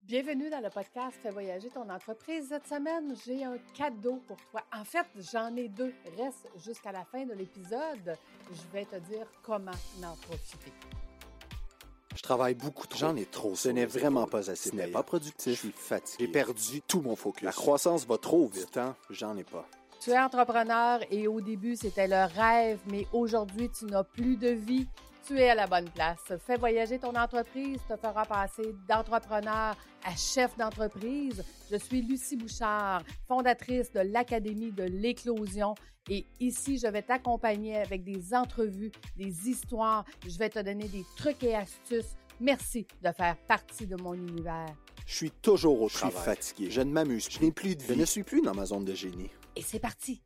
Bienvenue dans le podcast Fais voyager ton entreprise. Cette semaine, j'ai un cadeau pour toi. En fait, j'en ai deux. Reste jusqu'à la fin de l'épisode. Je vais te dire comment en profiter. Je travaille beaucoup trop. J'en ai trop. Ce n'est vraiment pas assez. Ce n'est pas productif. Je suis fatigué. J'ai perdu tout mon focus. La croissance va trop vite. Du temps, j'en ai pas. Tu es entrepreneur et au début, c'était le rêve, mais aujourd'hui, tu n'as plus de vie. Tu es à la bonne place. Fais voyager ton entreprise te fera passer d'entrepreneur à chef d'entreprise. Je suis Lucie Bouchard, fondatrice de l'Académie de l'éclosion. Et ici, je vais t'accompagner avec des entrevues, des histoires. Je vais te donner des trucs et astuces. Merci de faire partie de mon univers. Je suis toujours au travail. Je suis fatigué. Je ne m'amuse plus. Je n'ai plus de vie. Je ne suis plus dans ma zone de génie. Et c'est parti!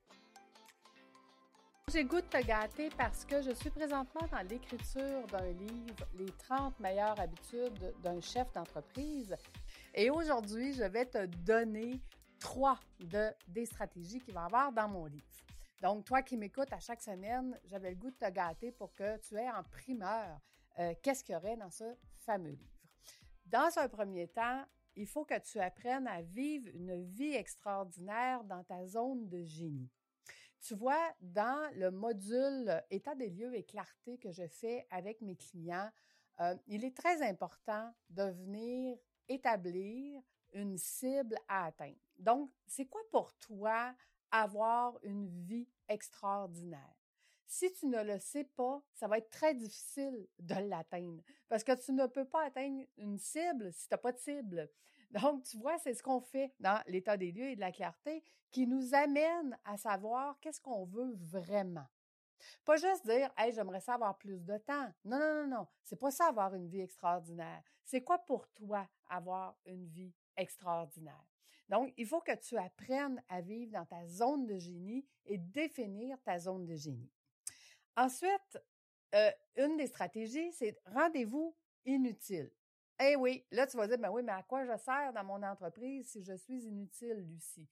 J'ai le goût de te gâter parce que je suis présentement dans l'écriture d'un livre, Les 30 meilleures habitudes d'un chef d'entreprise. Et aujourd'hui, je vais te donner 3 des stratégies qu'il va y avoir dans mon livre. Donc, toi qui m'écoutes à chaque semaine, j'avais le goût de te gâter pour que tu aies en primeur qu'est-ce qu'il y aurait dans ce fameux livre. Dans un premier temps, il faut que tu apprennes à vivre une vie extraordinaire dans ta zone de génie. Tu vois, dans le module État des lieux et clarté que je fais avec mes clients, il est très important de venir établir une cible à atteindre. Donc, c'est quoi pour toi avoir une vie extraordinaire? Si tu ne le sais pas, ça va être très difficile de l'atteindre parce que tu ne peux pas atteindre une cible si tu n'as pas de cible. Donc, tu vois, c'est ce qu'on fait dans l'état des lieux et de la clarté qui nous amène à savoir qu'est-ce qu'on veut vraiment. Pas juste dire « Hey, j'aimerais ça avoir plus de temps ». Non, non, non, non. C'est pas ça avoir une vie extraordinaire. C'est quoi pour toi avoir une vie extraordinaire? Donc, il faut que tu apprennes à vivre dans ta zone de génie et définir ta zone de génie. Ensuite, une des stratégies, c'est rendez-vous inutile. Eh oui, là, tu vas dire, ben oui, mais à quoi je sers dans mon entreprise si je suis inutile, Lucie?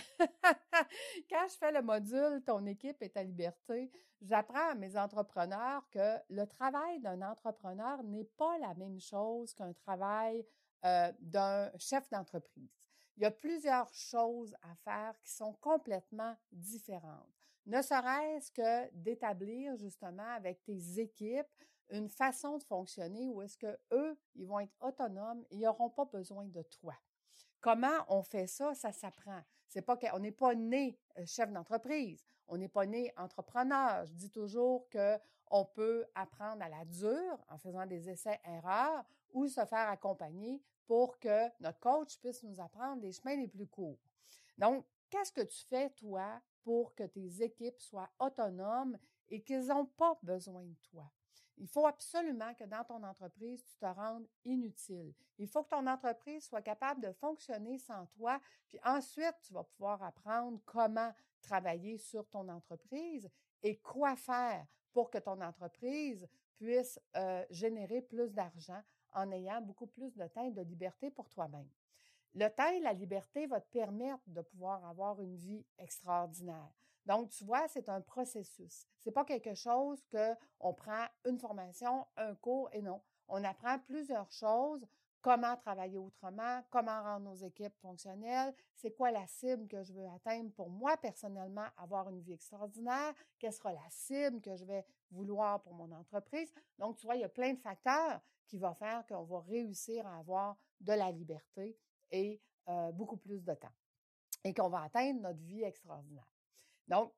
Quand je fais le module Ton équipe et ta liberté, j'apprends à mes entrepreneurs que le travail d'un entrepreneur n'est pas la même chose qu'un travail d'un chef d'entreprise. Il y a plusieurs choses à faire qui sont complètement différentes. Ne serait-ce que d'établir justement avec tes équipes une façon de fonctionner où est-ce que eux, ils vont être autonomes et ils n'auront pas besoin de toi. Comment on fait ça? Ça s'apprend. C'est pas qu'on n'est pas né chef d'entreprise, on n'est pas né entrepreneur. Je dis toujours qu'on peut apprendre à la dure en faisant des essais-erreurs ou se faire accompagner pour que notre coach puisse nous apprendre les chemins les plus courts. Donc, qu'est-ce que tu fais, toi, pour que tes équipes soient autonomes et qu'ils n'ont pas besoin de toi? Il faut absolument que dans ton entreprise, tu te rendes inutile. Il faut que ton entreprise soit capable de fonctionner sans toi, puis ensuite, tu vas pouvoir apprendre comment travailler sur ton entreprise et quoi faire pour que ton entreprise puisse générer plus d'argent en ayant beaucoup plus de temps et de liberté pour toi-même. Le temps et la liberté vont te permettre de pouvoir avoir une vie extraordinaire. Donc, tu vois, c'est un processus. C'est pas quelque chose qu'on prend une formation, un cours et non. On apprend plusieurs choses. Comment travailler autrement, comment rendre nos équipes fonctionnelles, c'est quoi la cible que je veux atteindre pour moi personnellement, avoir une vie extraordinaire, quelle sera la cible que je vais vouloir pour mon entreprise. Donc, tu vois, il y a plein de facteurs qui vont faire qu'on va réussir à avoir de la liberté et beaucoup plus de temps et qu'on va atteindre notre vie extraordinaire. Donc,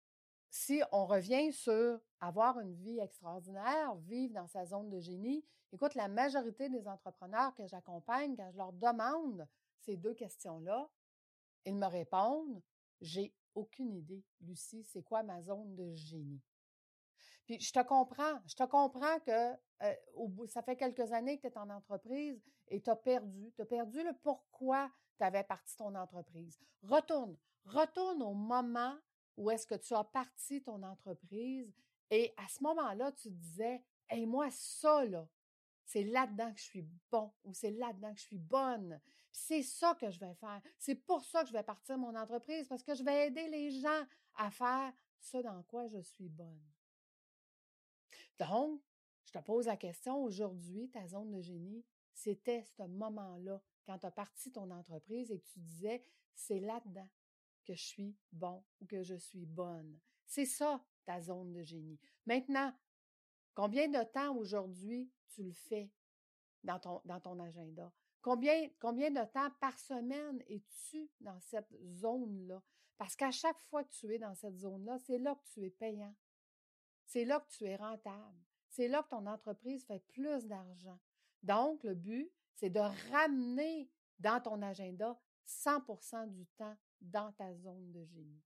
si on revient sur avoir une vie extraordinaire, vivre dans sa zone de génie, écoute, la majorité des entrepreneurs que j'accompagne, quand je leur demande ces 2 questions-là, ils me répondent « J'ai aucune idée, Lucie, c'est quoi ma zone de génie? » Puis je te comprends que ça fait quelques années que tu es en entreprise et tu as perdu le pourquoi tu avais parti ton entreprise. Retourne au moment où est-ce que tu as parti ton entreprise et à ce moment-là, tu te disais, « Hey, moi, ça, là, c'est là-dedans que je suis bon ou c'est là-dedans que je suis bonne. Puis c'est ça que je vais faire. C'est pour ça que je vais partir mon entreprise parce que je vais aider les gens à faire ça dans quoi je suis bonne. » Donc, je te pose la question aujourd'hui, ta zone de génie, c'était ce moment-là quand tu as parti ton entreprise et que tu disais, c'est là-dedans que je suis bon ou que je suis bonne. C'est ça, ta zone de génie. Maintenant, combien de temps aujourd'hui tu le fais dans ton agenda? Combien de temps par semaine es-tu dans cette zone-là? Parce qu'à chaque fois que tu es dans cette zone-là, c'est là que tu es payant. C'est là que tu es rentable. C'est là que ton entreprise fait plus d'argent. Donc, le but, c'est de ramener dans ton agenda 100% du temps dans ta zone de génie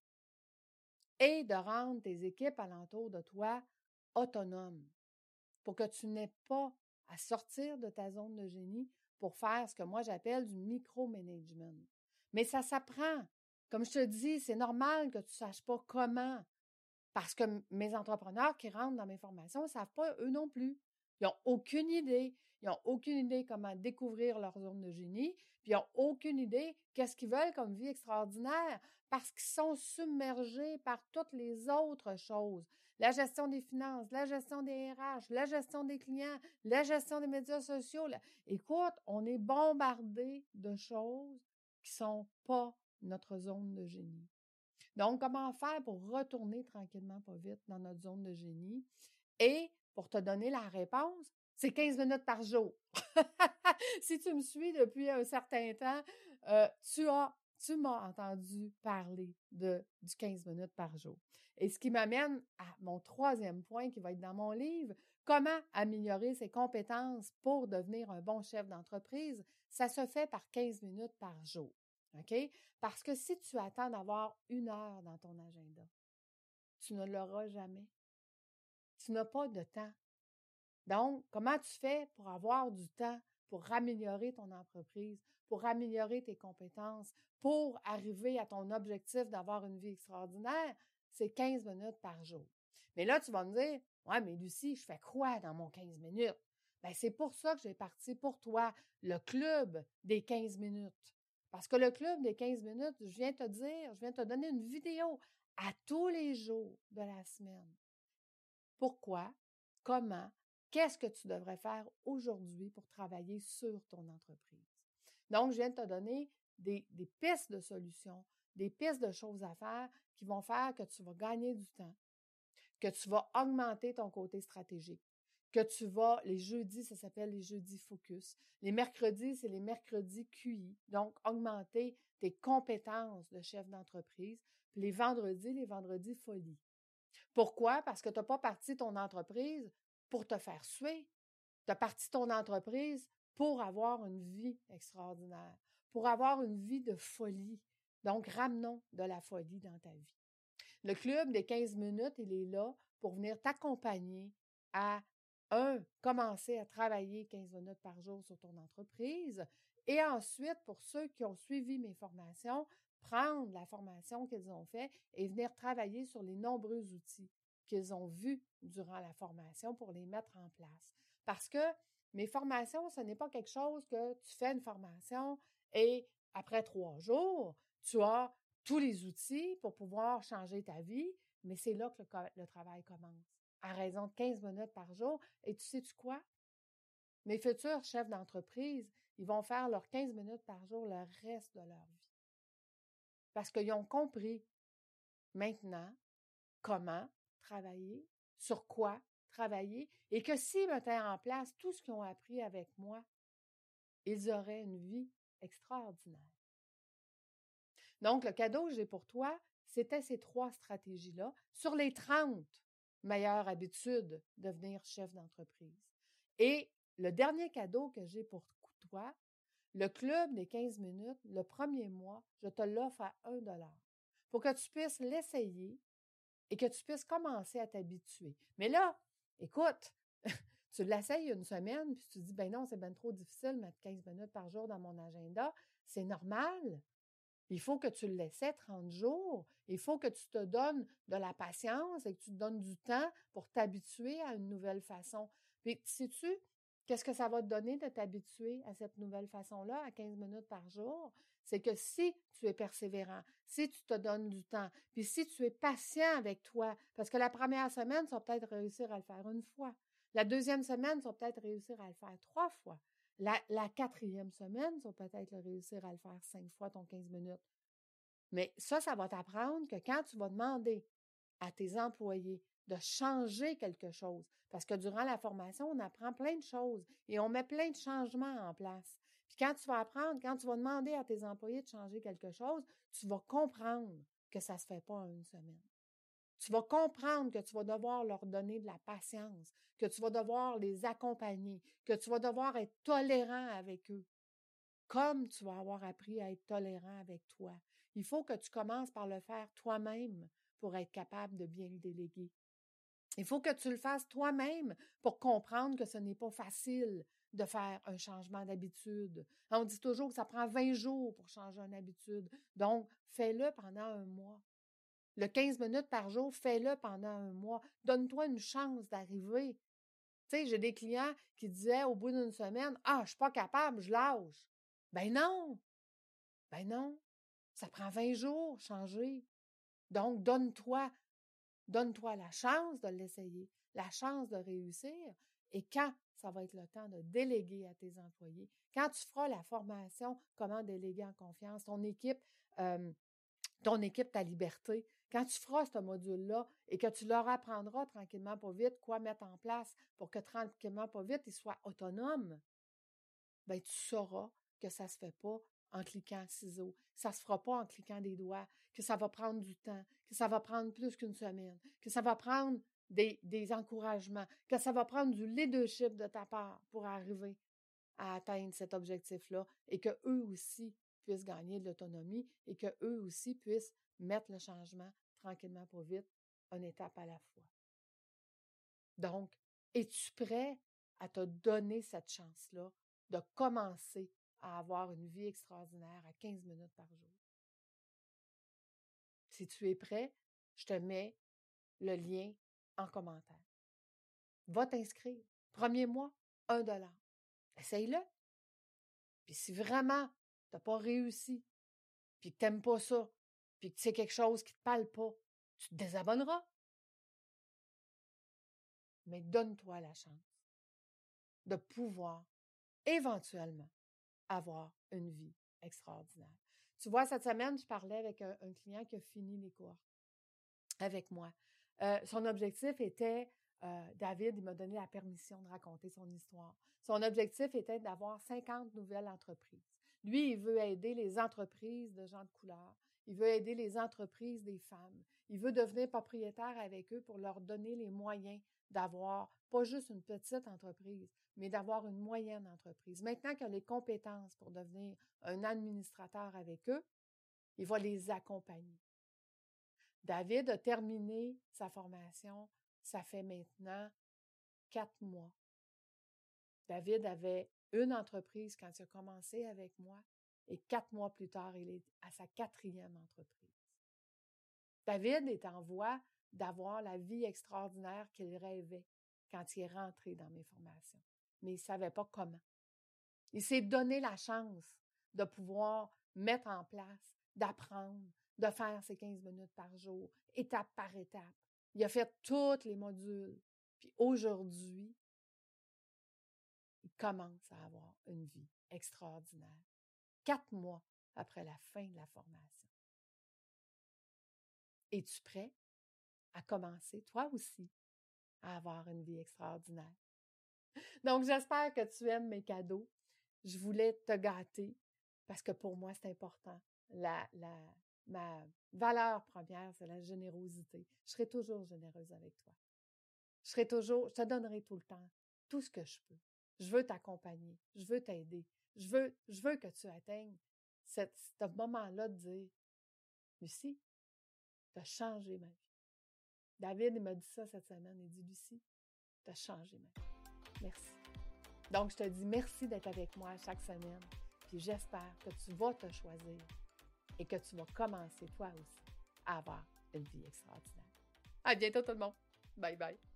et de rendre tes équipes alentour de toi autonomes pour que tu n'aies pas à sortir de ta zone de génie pour faire ce que moi j'appelle du micromanagement. Mais ça s'apprend. Comme je te dis, c'est normal que tu ne saches pas comment. Parce que mes entrepreneurs qui rentrent dans mes formations ne savent pas eux non plus. Ils n'ont aucune idée. Ils n'ont aucune idée comment découvrir leur zone de génie, puis ils n'ont aucune idée qu'est-ce qu'ils veulent comme vie extraordinaire parce qu'ils sont submergés par toutes les autres choses. La gestion des finances, la gestion des RH, la gestion des clients, la gestion des médias sociaux. Écoute, on est bombardé de choses qui ne sont pas notre zone de génie. Donc, comment faire pour retourner tranquillement, pas vite, dans notre zone de génie? Et pour te donner la réponse, c'est 15 minutes par jour. Si tu me suis depuis un certain temps, tu m'as entendu parler du 15 minutes par jour. Et ce qui m'amène à mon troisième point qui va être dans mon livre, comment améliorer ses compétences pour devenir un bon chef d'entreprise, ça se fait par 15 minutes par jour. OK? Parce que si tu attends d'avoir 1 heure dans ton agenda, tu ne l'auras jamais. Tu n'as pas de temps. Donc, comment tu fais pour avoir du temps, pour améliorer ton entreprise, pour améliorer tes compétences, pour arriver à ton objectif d'avoir une vie extraordinaire? C'est 15 minutes par jour. Mais là, tu vas me dire, ouais, mais Lucie, je fais quoi dans mon 15 minutes? Bien, c'est pour ça que j'ai parti pour toi le club des 15 minutes. Parce que le club des 15 minutes, je viens te donner une vidéo à tous les jours de la semaine. Pourquoi? Comment? Qu'est-ce que tu devrais faire aujourd'hui pour travailler sur ton entreprise? Donc, je viens de te donner des pistes de solutions, des pistes de choses à faire qui vont faire que tu vas gagner du temps, que tu vas augmenter ton côté stratégique, que tu vas, les jeudis, ça s'appelle les jeudis focus. Les mercredis, c'est les mercredis QI. Donc, augmenter tes compétences de chef d'entreprise. Puis les vendredis folie. Pourquoi? Parce que tu n'as pas parti ton entreprise pour te faire suer. Tu as parti ton entreprise pour avoir une vie extraordinaire, pour avoir une vie de folie. Donc, ramenons de la folie dans ta vie. Le club des 15 minutes, il est là pour venir t'accompagner à, commencer à travailler 15 minutes par jour sur ton entreprise et ensuite, pour ceux qui ont suivi mes formations, prendre la formation qu'ils ont faite et venir travailler sur les nombreux outils qu'ils ont vus durant la formation pour les mettre en place. Parce que mes formations, ce n'est pas quelque chose que tu fais une formation et après 3 jours, tu as tous les outils pour pouvoir changer ta vie, mais c'est là que le travail commence, à raison de 15 minutes par jour. Et tu sais-tu quoi? Mes futurs chefs d'entreprise, ils vont faire leurs 15 minutes par jour le reste de leur vie. Parce qu'ils ont compris maintenant comment travailler, sur quoi travailler, et que s'ils mettaient en place tout ce qu'ils ont appris avec moi, ils auraient une vie extraordinaire. Donc, le cadeau que j'ai pour toi, c'était ces 3 stratégies-là sur les 30 meilleures habitudes de devenir chef d'entreprise. Et le dernier cadeau que j'ai pour toi, le club des 15 minutes, le premier mois, je te l'offre à 1 $ pour que tu puisses l'essayer et que tu puisses commencer à t'habituer. Mais là, écoute, tu l'essayes 1 semaine, puis tu te dis, ben non, c'est bien trop difficile de mettre 15 minutes par jour dans mon agenda. C'est normal. Il faut que tu le laissais 30 jours. Il faut que tu te donnes de la patience et que tu te donnes du temps pour t'habituer à une nouvelle façon. Puis, sais-tu, qu'est-ce que ça va te donner de t'habituer à cette nouvelle façon-là, à 15 minutes par jour? C'est que si tu es persévérant, si tu te donnes du temps, puis si tu es patient avec toi, parce que la première semaine, tu vas peut-être réussir à le faire 1 fois. La deuxième semaine, tu vas peut-être réussir à le faire 3 fois. La 4e semaine, tu vas peut-être réussir à le faire 5 fois ton 15 minutes. Mais ça va t'apprendre que quand tu vas demander à tes employés de changer quelque chose, parce que durant la formation, on apprend plein de choses et on met plein de changements en place. Puis quand tu vas demander à tes employés de changer quelque chose, tu vas comprendre que ça ne se fait pas en une semaine. Tu vas comprendre que tu vas devoir leur donner de la patience, que tu vas devoir les accompagner, que tu vas devoir être tolérant avec eux, comme tu vas avoir appris à être tolérant avec toi. Il faut que tu commences par le faire toi-même pour être capable de bien le déléguer. Il faut que tu le fasses toi-même pour comprendre que ce n'est pas facile de faire un changement d'habitude. On dit toujours que ça prend 20 jours pour changer une habitude. Donc, fais-le pendant un mois. Le 15 minutes par jour, fais-le pendant un mois. Donne-toi une chance d'arriver. Tu sais, j'ai des clients qui disaient au bout d'une semaine, « Ah, je suis pas capable, je lâche. » Ben non! Ben non! Ça prend 20 jours, changer. Donc, donne-toi la chance de l'essayer, la chance de réussir. Et quand ça va être le temps de déléguer à tes employés, quand tu feras la formation « Comment déléguer en confiance », ton équipe, ta liberté, quand tu feras ce module-là et que tu leur apprendras tranquillement pas vite quoi mettre en place pour que tranquillement pas vite, ils soient autonomes, bien, tu sauras que ça ne se fait pas en cliquant ciseaux, ça ne se fera pas en cliquant des doigts, que ça va prendre du temps, que ça va prendre plus qu'une semaine, que ça va prendre des encouragements, que ça va prendre du leadership de ta part pour arriver à atteindre cet objectif-là et qu'eux aussi puissent gagner de l'autonomie et qu'eux aussi puissent mettre le changement tranquillement pas vite, une étape à la fois. Donc, es-tu prêt à te donner cette chance-là de commencer à avoir une vie extraordinaire à 15 minutes par jour? Si tu es prêt, je te mets le lien en commentaire. Va t'inscrire. Premier mois, $1. Essaye-le. Puis si vraiment tu n'as pas réussi, puis que tu n'aimes pas ça, puis que c'est quelque chose qui ne te parle pas, tu te désabonneras. Mais donne-toi la chance de pouvoir éventuellement avoir une vie extraordinaire. Tu vois, cette semaine, je parlais avec un client qui a fini les cours avec moi. Son objectif était, David, il m'a donné la permission de raconter son histoire. Son objectif était d'avoir 50 nouvelles entreprises. Lui, il veut aider les entreprises de gens de couleur. Il veut aider les entreprises des femmes. Il veut devenir propriétaire avec eux pour leur donner les moyens d'avoir pas juste une petite entreprise, mais d'avoir une moyenne entreprise. Maintenant qu'il a les compétences pour devenir un administrateur avec eux, il va les accompagner. David a terminé sa formation, ça fait maintenant 4 mois. David avait une entreprise quand il a commencé avec moi et 4 mois plus tard, il est à sa 4e entreprise. David est en voie d'avoir la vie extraordinaire qu'il rêvait quand il est rentré dans mes formations, mais il ne savait pas comment. Il s'est donné la chance de pouvoir mettre en place, d'apprendre, de faire ses 15 minutes par jour, étape par étape. Il a fait tous les modules. Puis aujourd'hui, il commence à avoir une vie extraordinaire. 4 mois après la fin de la formation. Es-tu prêt à commencer, toi aussi, à avoir une vie extraordinaire? Donc, j'espère que tu aimes mes cadeaux. Je voulais te gâter parce que pour moi, c'est important. Ma valeur première, c'est la générosité. Je serai toujours généreuse avec toi. Je te donnerai tout le temps, tout ce que je peux. Je veux t'accompagner, je veux t'aider. Je veux que tu atteignes ce moment-là de dire, Lucie, tu as changé ma vie. David, il m'a dit ça cette semaine. Il dit, Lucie, tu as changé ma vie. Merci. Donc, je te dis merci d'être avec moi chaque semaine. Puis j'espère que tu vas te choisir et que tu vas commencer toi aussi à avoir une vie extraordinaire. À bientôt tout le monde. Bye bye.